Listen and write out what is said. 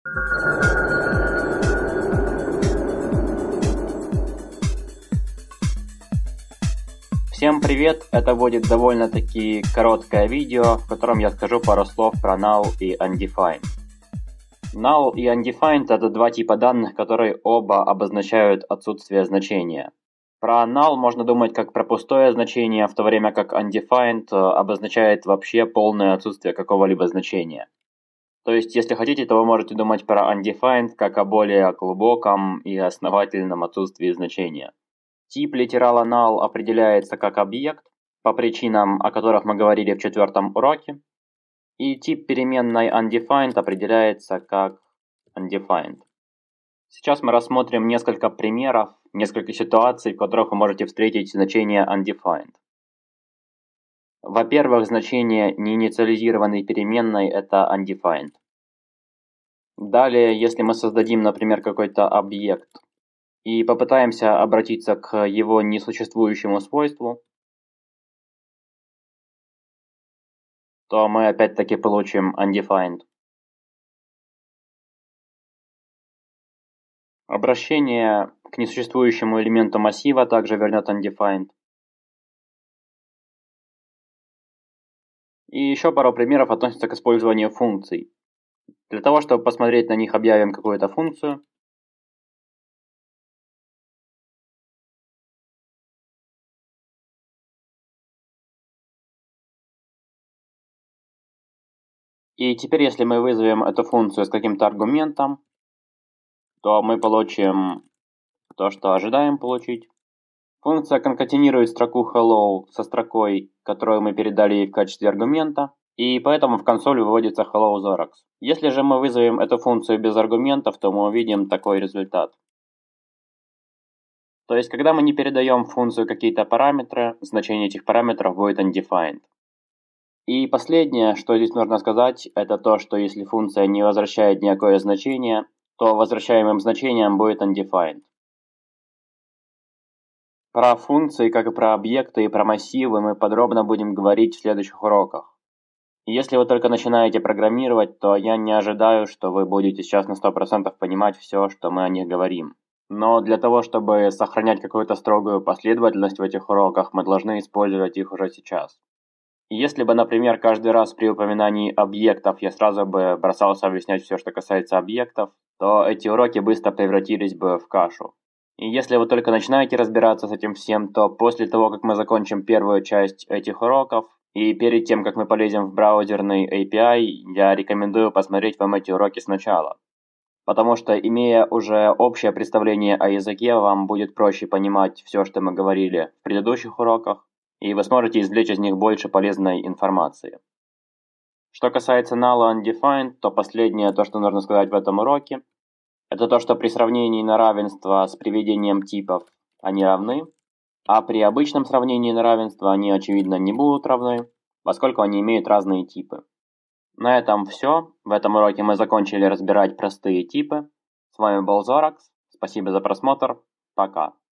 Всем привет! Это будет довольно-таки короткое видео, в котором я скажу пару слов про null и undefined. Null и undefined – это два типа данных, которые оба обозначают отсутствие значения. Про null можно думать как про пустое значение, в то время как undefined обозначает вообще полное отсутствие какого-либо значения. То есть, если хотите, то вы можете думать про undefined как о более глубоком и основательном отсутствии значения. Тип литерала null определяется как объект, по причинам, о которых мы говорили в 4-м уроке, и тип переменной undefined определяется как undefined. Сейчас мы рассмотрим несколько примеров, несколько ситуаций, в которых вы можете встретить значение undefined. Во-первых, значение неинициализированной переменной – это undefined. Далее, если мы создадим, например, какой-то объект, и попытаемся обратиться к его несуществующему свойству, то мы опять-таки получим undefined. Обращение к несуществующему элементу массива также вернет undefined. И еще пару примеров относятся к использованию функций. Для того, чтобы посмотреть на них, объявим какую-то функцию. И теперь, если мы вызовем эту функцию с каким-то аргументом, то мы получим то, что ожидаем получить. Функция конкатенирует строку hello со строкой, которую мы передали ей в качестве аргумента, и поэтому в консоль выводится hello Zorax. Если же мы вызовем эту функцию без аргументов, то мы увидим такой результат. То есть, когда мы не передаем в функцию какие-то параметры, значение этих параметров будет undefined. И последнее, что здесь нужно сказать, это то, что если функция не возвращает никакое значение, то возвращаемым значением будет undefined. Про функции, как и про объекты и про массивы мы подробно будем говорить в следующих уроках. Если вы только начинаете программировать, то я не ожидаю, что вы будете сейчас на 100% понимать все, что мы о них говорим. Но для того, чтобы сохранять какую-то строгую последовательность в этих уроках, мы должны использовать их уже сейчас. Если бы, например, каждый раз при упоминании объектов я сразу бы бросался объяснять все, что касается объектов, то эти уроки быстро превратились бы в кашу. И если вы только начинаете разбираться с этим всем, то после того, как мы закончим первую часть этих уроков, и перед тем, как мы полезем в браузерный API, я рекомендую посмотреть вам эти уроки сначала. Потому что, имея уже общее представление о языке, вам будет проще понимать все, что мы говорили в предыдущих уроках, и вы сможете извлечь из них больше полезной информации. Что касается null и undefined, то последнее, то, что нужно сказать в этом уроке, это то, что при сравнении на равенство с приведением типов они равны, а при обычном сравнении на равенство они, очевидно, не будут равны, поскольку они имеют разные типы. На этом все. В этом уроке мы закончили разбирать простые типы. С вами был Zorax. Спасибо за просмотр. Пока.